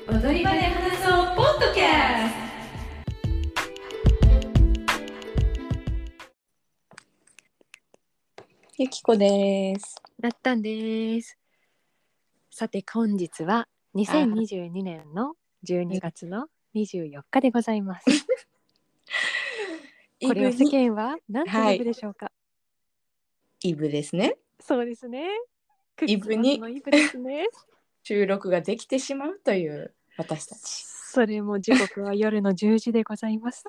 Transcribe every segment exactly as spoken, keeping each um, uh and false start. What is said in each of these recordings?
踊り場で話そうポッドキャスト。 ゆきこです。 なったんです。さて本日はにせんにじゅうにねんのじゅうにがつのにじゅうよっかでございます。これを世間は何と呼ぶでしょうか。 イブですね。 そうですね。クリスマスのイブですね。 収録ができてしまうという私たち。 それも時刻は夜のじゅうじでございます。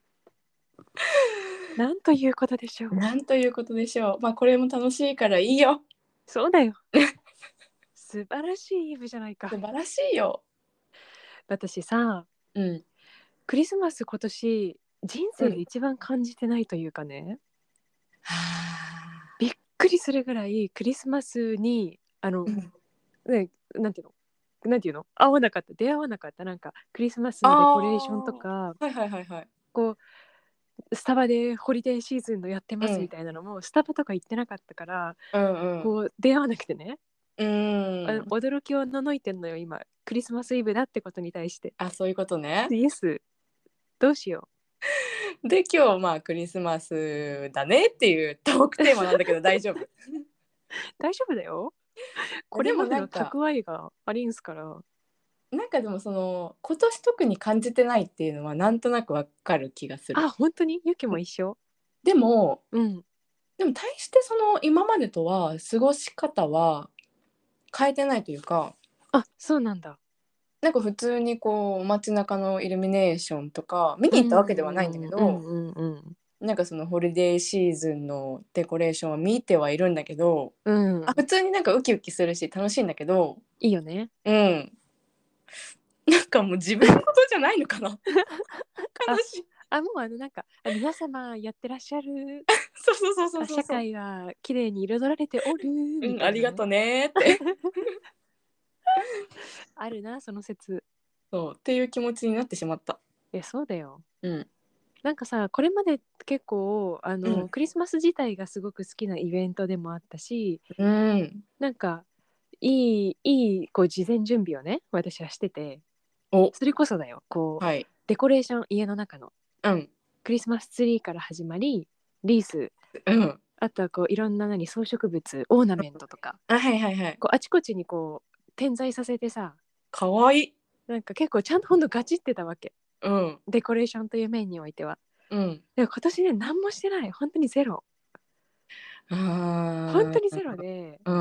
なんということでしょう。 なんということでしょう。まあこれも楽しいからいいよ。 そうだよ。素晴らしいイブじゃないか。 素晴らしいよ。 私さ、 うん、 クリスマス今年人生で一番感じてないというかね、うん、びっくりするぐらいクリスマスにあの、うんね、なんていうのなんていうの会わなかった出会わなかったなんかクリスマスのデコレーションとか、 はいはいはいはい、 こうスタバでホリデーシーズンのやってますみたいなのも、うん、スタバとか行ってなかったから、うんうん、こう出会わなくてね、うん、あの驚きをののいてんのよ今。クリスマスイブだってことに対して。 あ、そういうことね。 イエス。どうしよう。で今日まあクリスマスだねっていうトークテーマなんだけど大丈夫？ 大丈夫だよ。これまでの蓄えがありんすから。 なんかでもその今年特に感じてないっていうのはなんとなくわかる気がする。 あ、本当に？ゆきも一緒？ でも、 うん、 でも対してその今までとは過ごし方は変えてないというか。 あ、そうなんだ。 なんか普通にこう街中のイルミネーションとか見に行ったわけではないんだけど、なんかそのホリデーシーズンのデコレーションは見てはいるんだけど、うん、あ普通になんかウキウキするし楽しいんだけど、 いいよね。 うん。なんかもう自分のことじゃないのかな。悲しい。 あ、もうあのなんかあ皆様やってらっしゃるそうそうそうそうそう、 社会は綺麗に彩られておるみたいな、ね、 うん、ありがとねってあるなその説。 そうっていう気持ちになってしまった。 いやそうだよ。 うん。 なんかさこれまで結構あの、うん、クリスマス自体がすごく好きなイベントでもあったし、うん、なんかいいいいこう事前準備をね私はしてて、おそれこそだよこう、はい、デコレーション家の中の、うん、クリスマスツリーから始まりリース、うん、あとはこういろんな何装飾物オーナメントとか、 あ、はいはいはい、 こうあちこちにこう点在させてさ、 かわいい。 なんか結構ちゃんとほんとガチってたわけ、 うん、 デコレーションという面においては、うん、でも今年ね何もしてない。本当にゼロ。あ本当にゼロで、うん、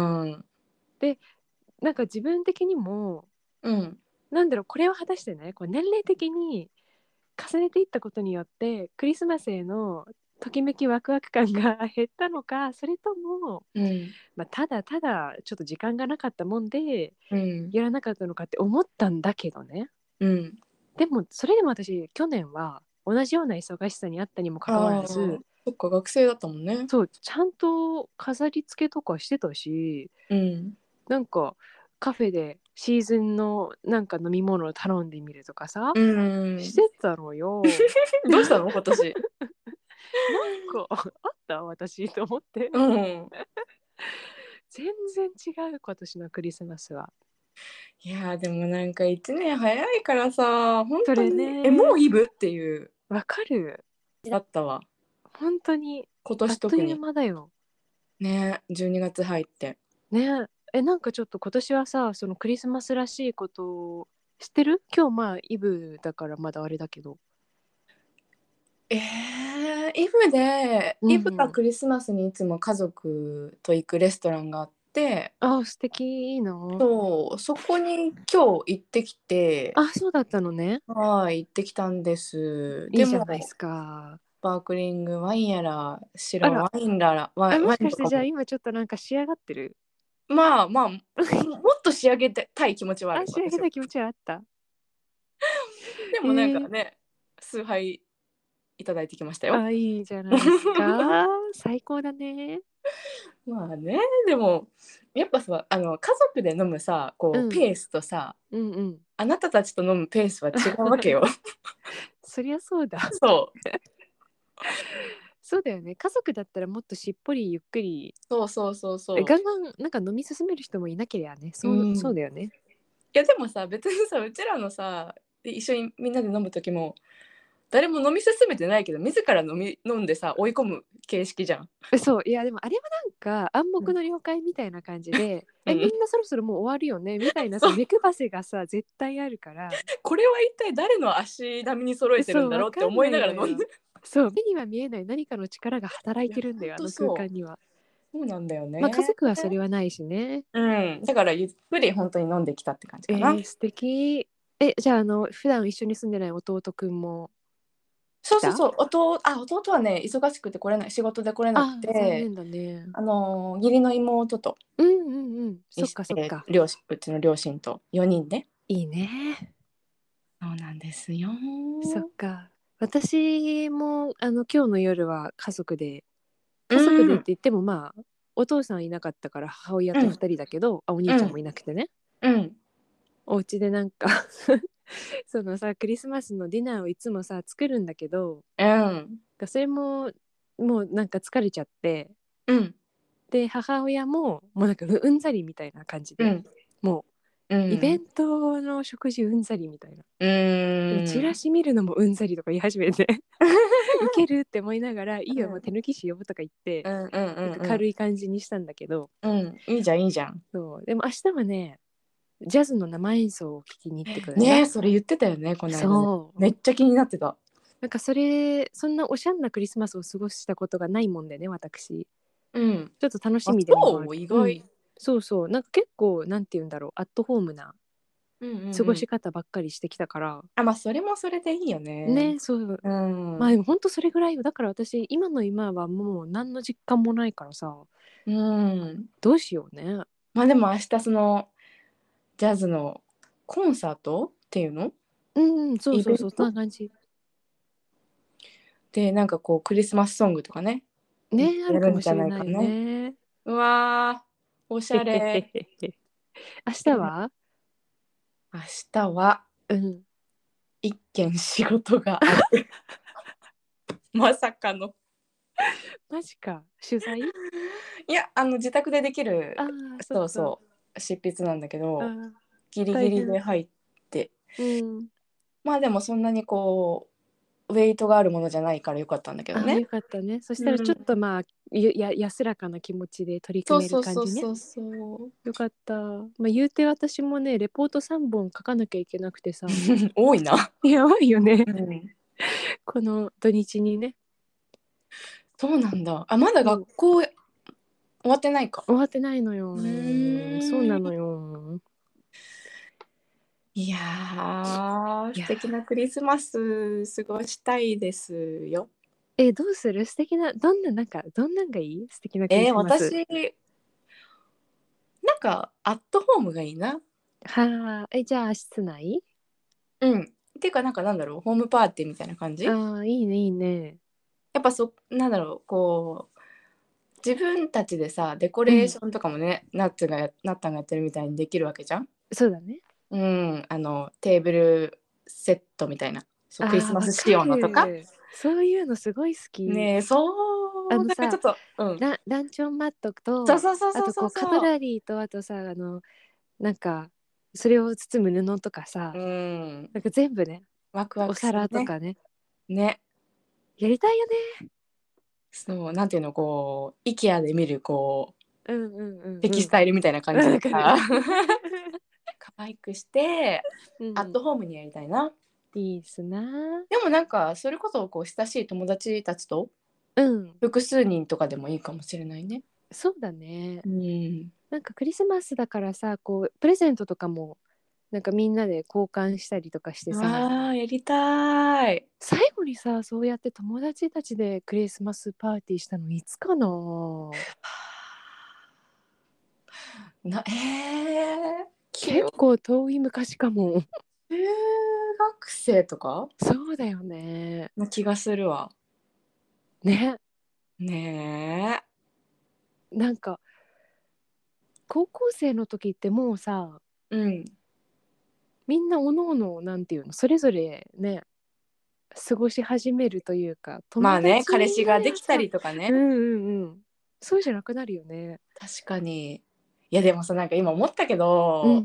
でなんか自分的にも、うん、なんだろうこれを果たしてねこう年齢的に重ねていったことによってクリスマスへのときめきワクワク感が減ったのか、それとも、うんまあ、ただただちょっと時間がなかったもんでやらなかったのかって思ったんだけどね、うん、でもそれでも私去年は同じような忙しさにあったにもかかわらず、 そっか学生だったもんね。 そうちゃんと飾り付けとかしてたし、うん、なんかカフェでシーズンのなんか飲み物を頼んでみるとかさ、うん、してたのよ。 どうしたの今年？ なんかあった私と思って、うん、全然違う今年のクリスマスは。 いやでもなんかいちねん早いからさ本当にそれね、 えもうイブっていうわかるだったわ本当に。 今年特にあっという間だよね。じゅうにがつ入ってね。えなんかちょっと今年はさそのクリスマスらしいことを知ってる？今日まあイブだからまだあれだけど、 えー、イブで、うん、イブかクリスマスにいつも家族と行くレストランがあって、 あ素敵。いいな。 そうそこに今日行ってきてあそうだったのね。 はい行ってきたんです。 いいじゃないですか。 スパークリングワインやら白ワインららワインもしかしてじゃあ今ちょっとなんか仕上がってる？ まあまあもっと仕上げたい気持ちはある。 あ仕上げたい気持ちはあったでもなんかね、えー、数杯いただいてきましたよ。 あいいじゃないですか最高だね。 まあねでもやっぱさあの家族で飲むさこう、うん、ペースとさ、うんうん、あなたたちと飲むペースは違うわけよ。 そりゃそうだ。 そうそうだよね。家族だったらもっとしっぽりゆっくりそうそうそうそうガンガンなんか飲み進める人もいなければね。そう、うん、そうだよね。 やでもさ別にさうちらのさ一緒にみんなで飲む時も誰も飲み進めてないけど自ら飲み飲んでさ追い込む形式じゃん。 そういやでもあれはなんか暗黙の了解みたいな感じで、うん、えみんなそろそろもう終わるよねみたいなさ目くばせがさ絶対あるからこれは一体誰の足並みに揃えてるんだろうって思いながら飲んでそう目には見えない何かの力が働いてるんだよあの空間には。 そうなんだよね。 まあ家族はそれはないしね。 うん、だからゆっくり本当に飲んできたって感じかな。 えー、素敵。えじゃああの普段一緒に住んでない弟くんもそうそうそう弟あ弟はね忙しくて来れない仕事で来れなくて残念だね。 あの義理の妹とうんうんうんそっかそっか両親うちの両親とよにんでいいね。 そうなんですよ。 そっか私もあの今日の夜は家族で家族でって言ってもまあお父さんいなかったから母親とふたりだけど、うん、あお兄ちゃんもいなくてね、 うん、 お家でなんかそのさクリスマスのディナーをいつもさ作るんだけど、 うん、 それももうなんか疲れちゃって、 うん、 で母親ももうなんかうんざりみたいな感じで、うん、もう、うん、イベントの食事うんざりみたいな、うん、チラシ見るのもうんざりとか言い始めていけるって思いながらいいよ、もう手抜きしようとか言って、うんうんうんうん、なんか軽い感じにしたんだけど、 うん、いいじゃんいいじゃん。 そうでも明日はねジャズの生演奏を聞きに行ってくるね。それ言ってたよねこの間ね。そうめっちゃ気になってた。 なんかそれそんなおしゃんなクリスマスを過ごしたことがないもんでね私、うん、ちょっと楽しみでもある。 そう意外、うん、 そうそうなんか結構なんて言うんだろうアットホームな過ごし方ばっかりしてきたから、うんうんうん、 あまあそれもそれでいいよね。 ねそう、うん、まあでもほんとそれぐらいよ。だから私今の今はもう何の実感もないからさ、うん、どうしようね。 まあでも明日そのジャズのコンサートっていうの？ うんそうそうそうそんな感じでなんかこうクリスマスソングとかねねあるかもしれないね。 うわーおしゃれ明日は明日は、うん、一件仕事があるまさかのマジか取材いやあの自宅でできるあそうそう執筆なんだけどギリギリで入って、うん、まあでもそんなにこうウェイトがあるものじゃないからよかったんだけどね。 あよかったね。そしたらちょっとまあ、うん、や安らかな気持ちで取り組める感じね。そうそうそうそうよかった。まあ言うて私もねレポートさんぼん書かなきゃいけなくてさ多いな。 いや多いよね、うん、この土日にね。 そうなんだ。あまだ学校、うん、終わってないか。 終わってないのよ。そうなのよ。 いやー素敵なクリスマス過ごしたいですよ。 えどうする素敵などんななんかどんなんがいい素敵なクリスマス。 えー、私なんかアットホームがいいな。 はあえじゃあ室内？ うんっていうかなんかなんだろうホームパーティーみたいな感じ。 ああいいねいいね。 やっぱそなんだろうこう自分たちでさデコレーションとかもね、うん、ナッツがナッタンがやってるみたいにできるわけじゃん。 そうだね。 うんあのテーブルセットみたいなそうクリスマス仕様のとかそういうのすごい好きねえそうあのさちょっと、うん、 ラ, ランチョンマットとそうそうそうそうそうあとこうカトラリーとあとさあのなんかそれを包む布とかさ、うん、なんか全部ねワクワクするね、 お皿とかねねやりたいよね。 そうなんていうのこう IKEA で見るこう、うんうんうんうん、テキスタイルみたいな感じでさ可愛くして、うん、アットホームにやりたいな。 いいっすな。 でもなんかそれこそこう親しい友達たちと、うん、複数人とかでもいいかもしれないね。 そうだね、うん、なんかクリスマスだからさこうプレゼントとかもなんかみんなで交換したりとかしてさあやりたい。 最後にさそうやって友達たちでクリスマスパーティーしたのいつかななえー、 結構遠い昔かも。 中学生とかそうだよねな気がするわね。 ねえなんか高校生の時ってもうさ、うん、みんなおのおのなんていうのそれぞれね過ごし始めるというかまあね彼氏ができたりとかね、 うんうんうんそうじゃなくなるよね。 確かに。いいやでもさ、なんか今思ったけど、 うん、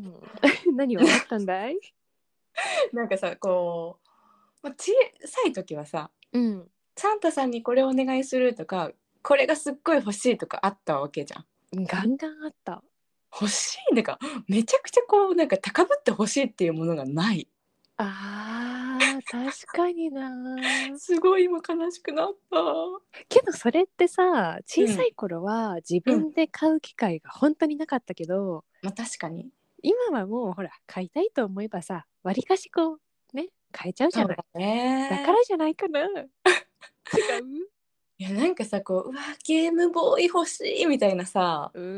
何を思ったんだいなんかさ、こう、まあ、小さい時はさ、 うん、 サンタさんにこれお願いするとか、これがすっごい欲しいとかあったわけじゃん。 ガンガンあった。 欲しい、なんかめちゃくちゃこうなんか高ぶって欲しいっていうものがない。 あー、確かにな。 すごい今悲しくなった。 けどそれってさ、小さうんい頃は自分で買う機会が本当になかったけど、 まあ確かに。 今はもうほら買いたいと思えばさ、わりかしこうね買えちゃうじゃない。 そうだね。 だからじゃないかな。違う。 いやなんかさ、こううわゲームボーイ欲しいみたいなさ、 うん。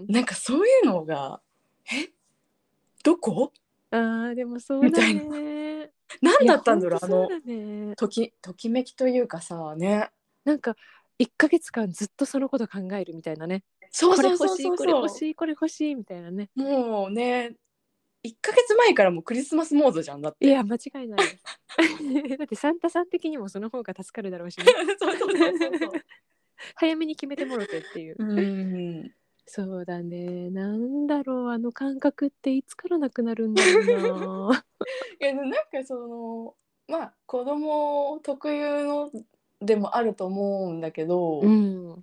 なんかそういうのがえどこあーでもそうだみたいな。 ね。 何だったんだろう、あのいやほんとそうだね。 ときときめきというかさね。 なんかいっかげつかんずっとそのこと考えるみたいなね。 そうこれそうそう欲しいこれそうそう。 欲しいこれ欲しいみたいなね。 もうね、いっかげつまえからもうクリスマスモードじゃんだって。 いや間違いないよ。だってサンタさん的にもその方が助かるだろうしね。 そうそうそうそうそう。 早めに決めてもろてっていう。 うんそうだね。なんだろう、あの感覚っていつからなくなるんだろうな。 いやなんかそのまあ子供特有のでもあると思うんだけど、 うん。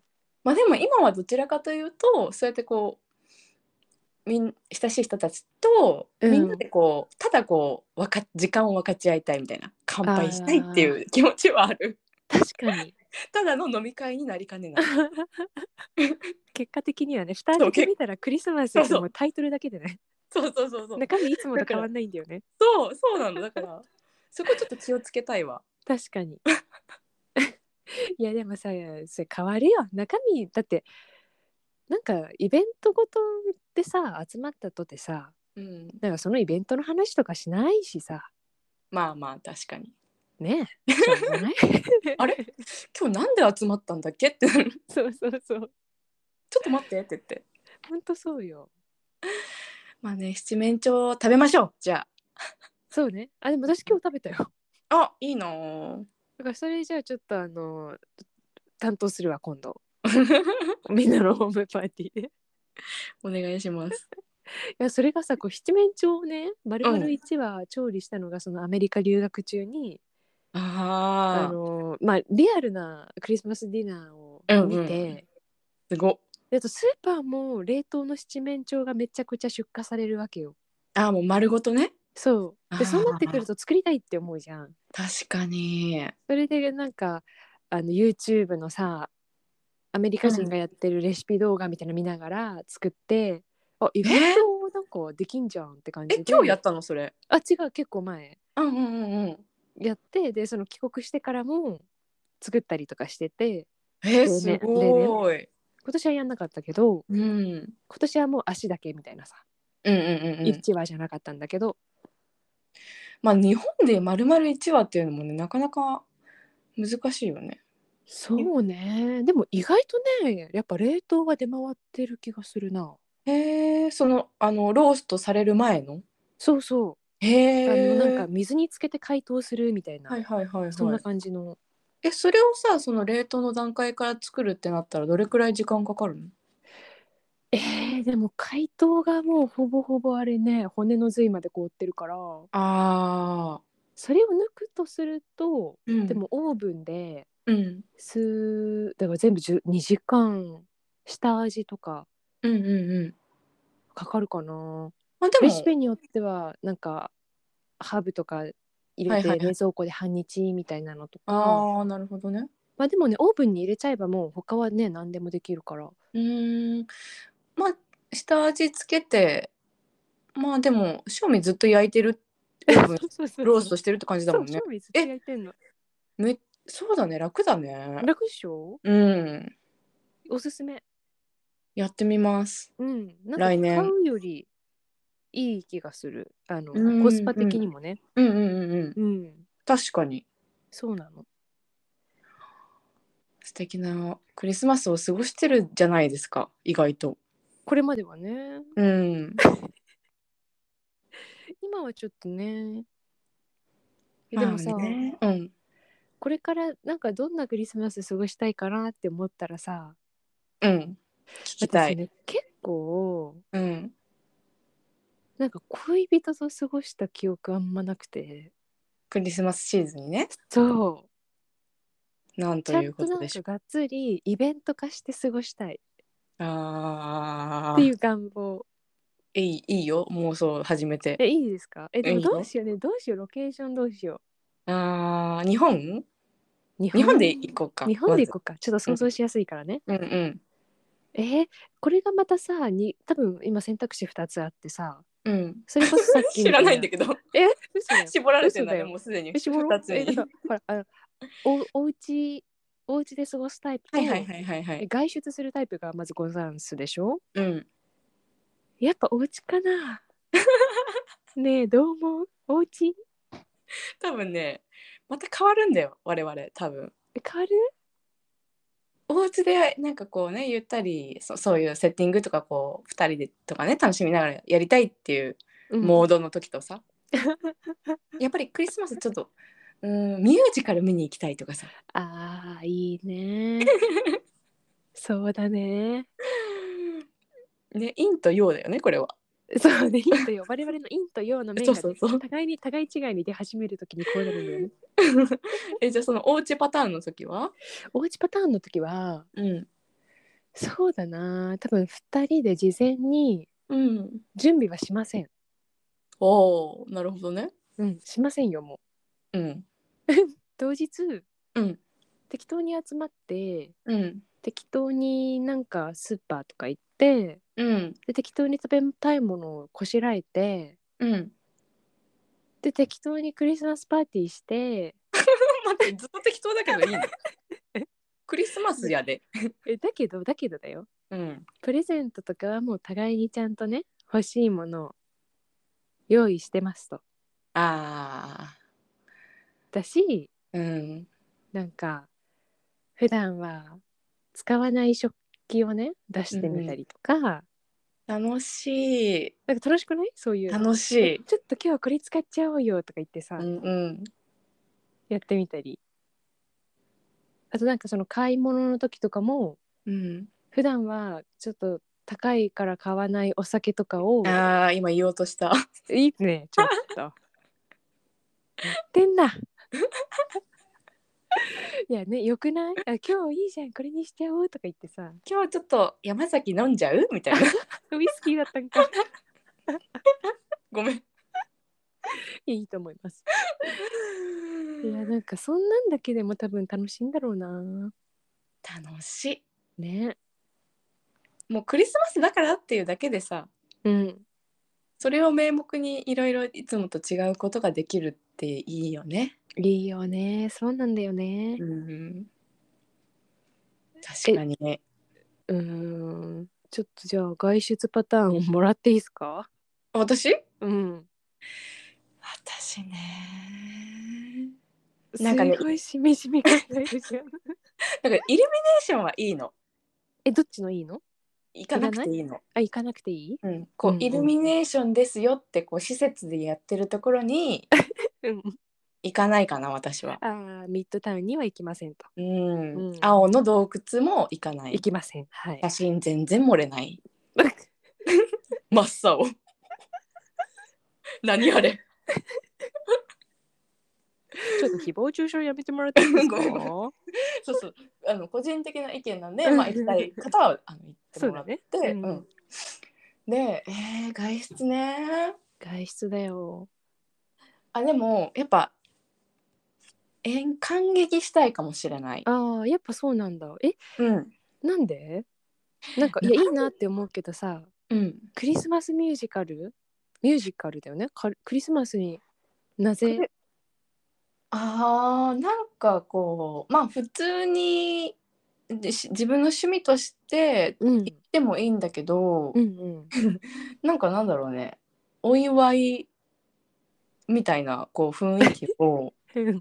まあでも今はどちらかというとそうやってこうみん親しい人たちとみんなでこう、ただこうわか時間を分かち合いたいみたいな、乾杯したいっていう気持ちはある。 確かに。 ただの飲み会になりかねない。 結果的にはね、蓋開けてみたらクリスマスってもうタイトルだけでね。 そうそうそうそう。 中身いつもと変わんないんだよね。 そうそうなの。だからそこちょっと気をつけたいわ。 確かに。いやでもさ、それ変わるよ。中身だってなんかイベントごとでさ集まったとてさ、うん、なんかそのイベントの話とかしないしさ。 まあまあ確かに。 ねえ。しょうがない。 あれ今日なんで集まったんだっけってなる。 そうそうそう。 ちょっと待ってって言って。 ほんとそうよ。 まあね、七面鳥食べましょう。じゃあ。 そうね。あでも私今日食べたよ。 あ、いいなぁ。 だからそれじゃあちょっとあの担当するわ今度。みんなのホームパーティーでお願いします。 いやそれがさ、こう七面鳥をね丸々いちわ調理したのが、うん、そのアメリカ留学中にああのまあリアルなクリスマスディナーを見て、うんうん、 すごっ。 であとスーパーも冷凍の七面鳥がめちゃくちゃ出荷されるわけよ。 ああもう丸ごとね。 そうでそうなってくると作りたいって思うじゃん。 確かに。 それでなんかあの YouTube のさアメリカ人がやってるレシピ動画みたいなの見ながら作って、うん、あ意外となんかできんじゃんって感じで。 え今日やったのそれ？ あ違う結構前。 うんうんうんうん。やってでその帰国してからも作ったりとかしてて。 えー、すごい。 今年はやんなかったけど、 うん、 今年はもう足だけみたいなさ、 うんうんうんうん、 いちわじゃなかったんだけど、 まあ日本で丸々いちわっていうのもねなかなか難しいよね。 そうね。でも意外とねやっぱ冷凍は出回ってる気がするな。 へえ、そのあのローストされる前の？ そうそう。 へえ。 あのなんか水につけて解凍するみたいな、 はいはいはいはい、 そんな感じの。 えそれをさその冷凍の段階から作るってなったらどれくらい時間かかるの？ えー、でも解凍がもうほぼほぼあれね骨の髄まで凍ってるから、 あそれを抜くとすると、 うん、 でもオーブンで、 うん、 すだから全部にじかん下味とかうんうんうんかかるかな。 まあ、でもレシピによってはなんかハーブとか入れて冷蔵庫で半日みたいなのとか、はいはいはい、 ああなるほどね。 まあでもねオーブンに入れちゃえばもう他はね何でもできるから。 うーんまあ下味つけてまあでも正味ずっと焼いてるオーブンローストしてるって感じだもんね。 そう正味ずっと焼いてんの。 めそうだね楽だね。 楽でしょ。 うんおすすめ。 やってみます。 うん、なんか来年買うよりいい気がする。あのコスパ的にもね。 うんうんうんうん、うん、確かにそうなの。 素敵なクリスマスを過ごしてるじゃないですか意外と。 これまではね。 うん今はちょっとね。でもさ、 まあね、うん、 これからなんかどんなクリスマス過ごしたいかなって思ったらさ、 うん聞きたい。 私ね結構、 うん、 なんか恋人と過ごした記憶あんまなくて。 クリスマスシーズンにね。 そう。 なんということでしょう。 ちゃんとなんかがっつりイベント化して過ごしたいあっていう願望。 いいいいよ、もうそう始めて。 え、いいですか？え、でもいいよどうしようね、どうしよう、ロケーションどうしよあー日本う。日本日本で行こうか。 日本で行こうか。ちょっと想像まずしやすいからね。 うんうんえーこれがまたさ、に多分今選択肢ふたつあってさ、 うん。 それこそさっき知らみたいな。 ないんだけど。 え、嘘だよ。 絞られてんだね、 嘘だよ。 もうすでにえ、絞ろ 2つう。え、だに。 から、ほら、あの、お、おうち、おうちで過ごすタイプと、 はいはいはいはいはい。 え外出するタイプがまずござんすでしょ？ うん。 やっぱお家かな。ねえ、どう思う？お家？ 多分ね、また変わるんだよ、我々、多分。 え、変わる？ お家でなんかこうね、ゆったりそ、そういうセッティングとかこう、ふたりでとかね、楽しみながらやりたいっていううん。 モードの時とさ、やっぱりクリスマスちょっと、うん、ミュージカル見に行きたいとかさ。 ああ、いいね。そうだね。 ね、陰と陽だよね、これは。 そうね、陰と陽。我々の陰と陽の面がそうそうそう。 互いに互い違いに出始めるときにこうなるんだよね。 え、じゃあそのおうちパターンの時はおうちパターンの時は、 うん。 そうだな。多分ふたりで事前にうん。 準備はしません。 おー、なるほどね。 うん、しませんよ、もうん。 う。当日、 うん。 適当に集まって、 うん。 適当になんかスーパーとか行って、 うん。 で適当に食べたいものをこしらえて、 うん。 で適当にクリスマスパーティーして、 待って、ずっと適当だけどいいのクリスマスやで。 えだけどだけどだよ。 うん。 プレゼントとかはもう互いにちゃんとね、欲しいものを用意してますと。 あだし、 ー。うん。 なんか普段は使わない食器をね出してみたりとか、 楽しい。 なんか楽しくない？そういう。 楽しい。 えちょっと今日はこれ使っちゃおうよとか言ってさ、 うんうん。 やってみたり。あとなんかその買い物の時とかも、 うん。 普段はちょっと高いから買わないお酒とかを、 あー、今言おうとした。 いいね、ちょっと。やってんな。いやね、よくない？あ、今日いいじゃん、これにしちゃおうとか言ってさ、 今日ちょっと山崎飲んじゃうみたいな。 ウイスキーだったんか。 ごめん。 いいと思います。いや、なんかそんなんだけでも多分楽しいんだろうな。 楽しい。 ね。 もうクリスマスだからっていうだけでさ、 うん。 それを名目にいろいろいつもと違うことができるっていいよね。 いいよね。そうなんだよね。 うん。確かにね。 うーん。ちょっとじゃあ外出パターンをもらっていいですか？ 私うん。 私ね。なんかね、 すごいしみじみ考えるじゃん。 なんかイルミネーションはいいの。 え、どっちのいいの？ 行かなくていいの。 あ、行かなくていい？ うん、こう、 うんうん、 イルミネーションですよってこう施設でやってるところにうん。 行かないかな私は。 ああ、ミッドタウンには行きませんと。 うん、 うん、 青の洞窟も行かない。 行きません。はい。 写真全然漏れない。真っ青。何あれ。 ちょっと誹謗中傷やめてもらっていいですか？ ごめんごめんそうそう、あの個人的な意見なんで、まあ行きたい方はあの行ってもらって、 そうだね。 ううんん、 で、えー、外出ね。 外出だよ。 あ、でもやっぱ演感激したいかもしれない。 ああ、やっぱそうなんだ。え、 うん。 なんで？なんかいやいいなって思うけどさ、 うん。 クリスマスミュージカルミュージカルだよね。クリスマスになぜ？ あー、なんかこうまあ普通にでし自分の趣味としてうん行ってもいいんだけど、 うんうん。 なんかなんだろうね、お祝いみたいなこう雰囲気を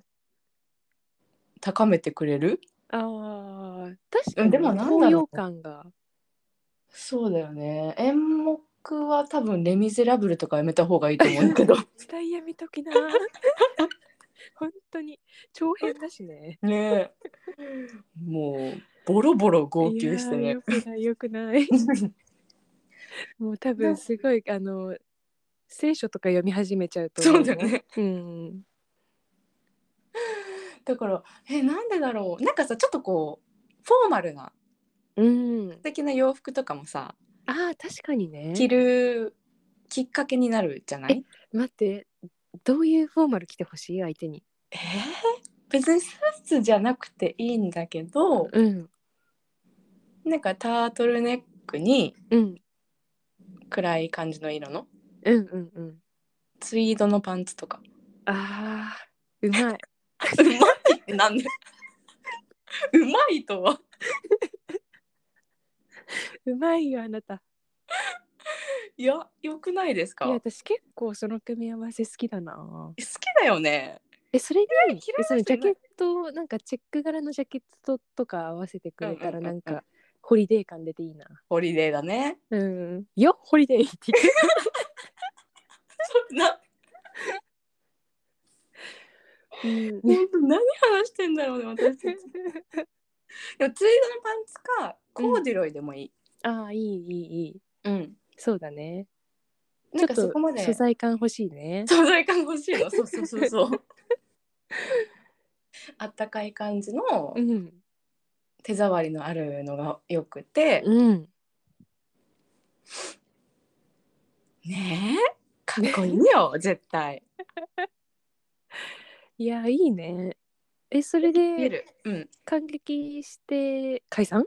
高めてくれる。 ああ、確かうん、でにね、 もなん高揚だろう、 感が。 そうだよね。演目は多分レ・ミゼラブルとかやめた方がいいと思うんだけど絶対やめときな。本当に長編だしね。 ねえ、もうボロボロ号いやー、 泣してね。 よくないよくない。 もう多分すごいあの聖書とか読み始めちゃうとそうだね、 うん、 だからえなんでだろう、なんかさちょっとこうフォーマルな、うん、素敵な洋服とかもさ、 あー確かにね、 着るきっかけになるじゃない？ え待って、どういうフォーマル着てほしい相手に？ えー、別にスーツじゃなくていいんだけど、 うん、 なんかタートルネックにうん暗い感じの色の、 うんうんうん、 ツイードのパンツとか。 あーうまい。 うまいってなんでうまいとはうまいよあなた。 いや、よくないですか？ いや私結構その組み合わせ好きだな。 好きだよね。 えそれに嫌いえそのジャケッ嫌いトなんかチェック柄のジャケットとか合わせてくれたらうんうんうんうんなんかホリデー感出ていいな。 ホリデーだね。 うんよホリデーって言ってなうん、何話してんだろうね私たち。でもツイードのパンツかコーデュロイでもいい、 うん、ああいいいいいい、 うん、 そうだね。 なんかそこまで素材感欲しいね。 素材感欲しいのそうそうそうそうあったかい感じの手触りのあるのがよくて、 うん、 ねえかっこいいよ絶対。 いやいいね。えそれで感激して解散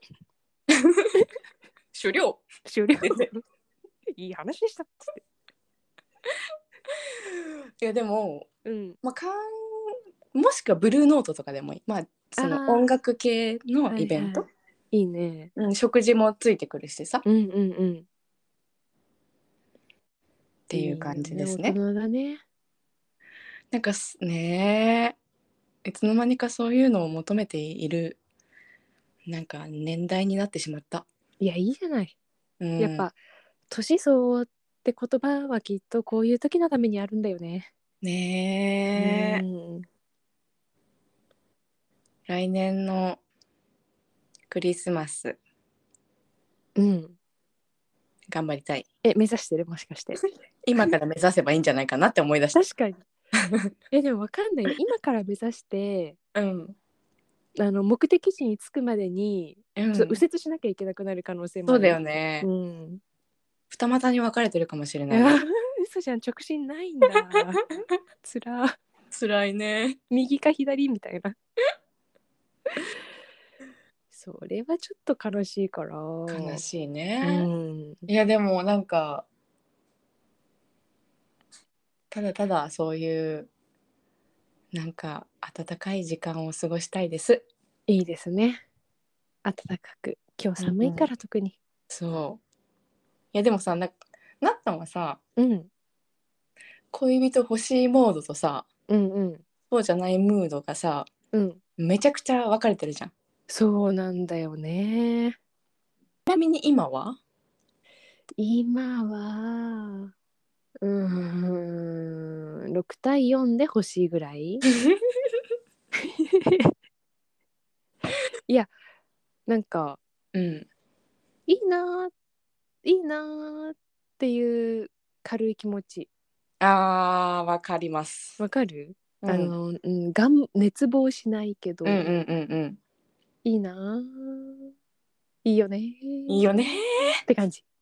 終了終了いい話でしたっつっていやでも、 うんまあ、かんもしくはブルーノートとかでもいい、まあ、その音楽系のイベント、 はいはい、いいね、 うん、食事もついてくるしさ、 うんうんうんっていう感じですね。 いいね、大人だね。 なんかねえいつの間にかそういうのを求めているなんか年代になってしまった。 いやいいじゃない、 うん、 やっぱ年相応って言葉はきっとこういう時のためにあるんだよね。 ねえ、 うん、 来年のクリスマス、 うん、 頑張りたい。 え目指してるもしかして今から目指せばいいんじゃないかなって思い出した。 確かにえでも分かんないよ今から目指して、 うん、 あの目的地に着くまでに、うん、ちょっと右折しなきゃいけなくなる可能性もある。 そうだよね、うん、二股に分かれてるかもしれない。 嘘じゃん、直進ないんだつらつらいね、 右か左みたいなそれはちょっと悲しいから。 悲しいね、 うん、 いやでもなんかただただそういうなんか温かい時間を過ごしたいです。 いいですね、暖かく。今日寒いから特に、うん、 そういやでもさ な, なったんはさ、 うん、 恋人欲しいモードとさ、 うんうん、 そうじゃないムードがさ、うん、めちゃくちゃ分かれてるじゃん。 そうなんだよね。 ちなみに今は今はうーんろく対よんで欲しいぐらいいやなんか、うん、いいないいなっていう軽い気持ち。 あーわかります。 わかる、うん、あの、うん、がん熱望しないけど、 うんうんうんうん、 いいないいよねいいいよねって感じ。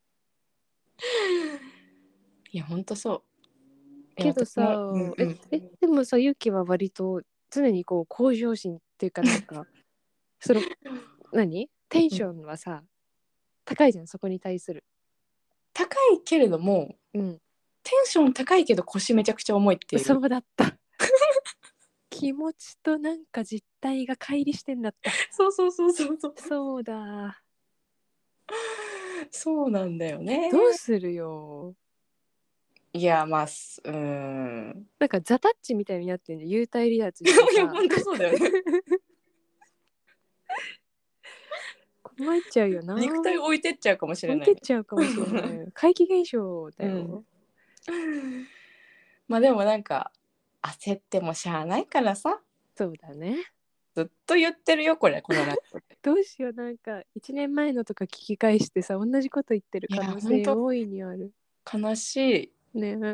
いやほんとそうけどさ、うんうん、ええでもさゆきは割と常にこう向上心っていうかなんかその何テンションはさ、うん、高いじゃんそこに対する。 高いけれども、うん、テンション高いけど腰めちゃくちゃ重いっていう。 そうだった気持ちとなんか実態が乖離してんだった。 そうそうそうそうそうそうだそうなんだよね。 どうするよ。 いやまあうーんなんかザタッチみたいになってんじゃん幽体離脱してさ。いや本当そうだよね困っちゃうよな。 肉体置いてっちゃうかもしれない。 置いてっちゃうかもしれない怪奇現象だよ、 うん、まあでもなんか焦ってもしゃあないからさ。 そうだね。 ずっと言ってるよこれこのラジオで。 どうしよう、なんかいちねんまえのとか聞き返してさ、同じこと言ってる可能性大いにある。 悲しいね。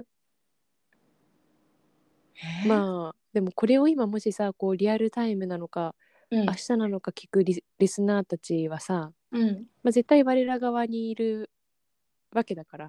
まあでもこれを今もしさこうリアルタイムなのか、うん、明日なのか聞く リ, リスナーたちはさ、うんまあ、絶対我ら側にいるわけだから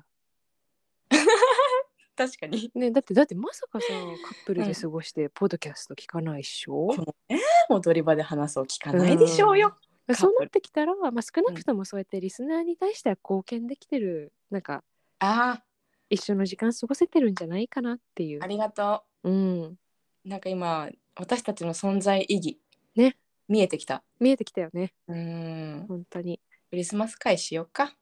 確かに、 ね、だってだってまさかさカップルで過ごしてポッドキャスト聞かないっしょ、 うん、えー、踊り場で話そう聞かないでしょうよ、 うん、そうなってきたら、まあ、少なくともそうやってリスナーに対しては貢献できてる、うん、なんかあ一緒の時間過ごせてるんじゃないかなっていう。 ありがとう、うん、 なんか今私たちの存在意義ね見えてきた見えてきたよね。 うん本当にクリスマス会しようか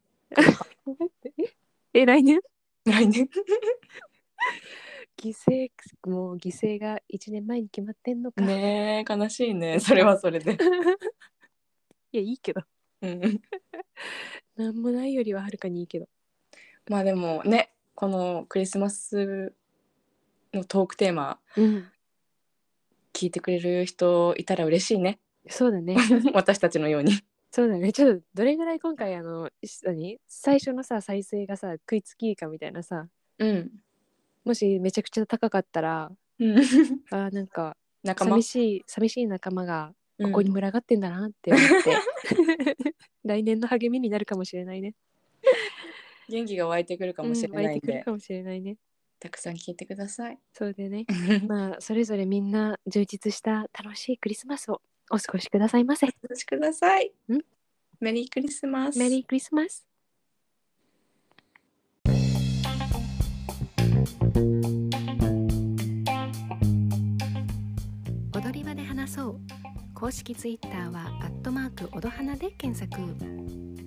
え来年来年犠牲もう犠牲がいちねんまえに決まってんのかねえ悲しいねそれはそれでいやいいけどうんなんもないよりははるかにいいけど、 まあでもねこのクリスマスのトークテーマ、うん、聞いてくれる人いたら嬉しいね。 そうだね私たちのように。 そうだね。ちょっとどれぐらい今回あの何最初のさ再生がさ食いつきいいかみたいなさ、うん、もしめちゃくちゃ高かったら、うん、あなんか寂しい寂しい仲間がここに群がってんだなって思って、うん、来年の励みになるかもしれないね。 元気が湧いてくるかもしれないんで、うん、湧いてくるかもしれないね。 たくさん聞いてください。 そうでねまあそれぞれみんな充実した楽しいクリスマスをお過ごしくださいませ。お過ごしください。んメリークリスマス。 メリークリスマス。踊り場で話そう公式ツイッターはアットマークおどはなで検索。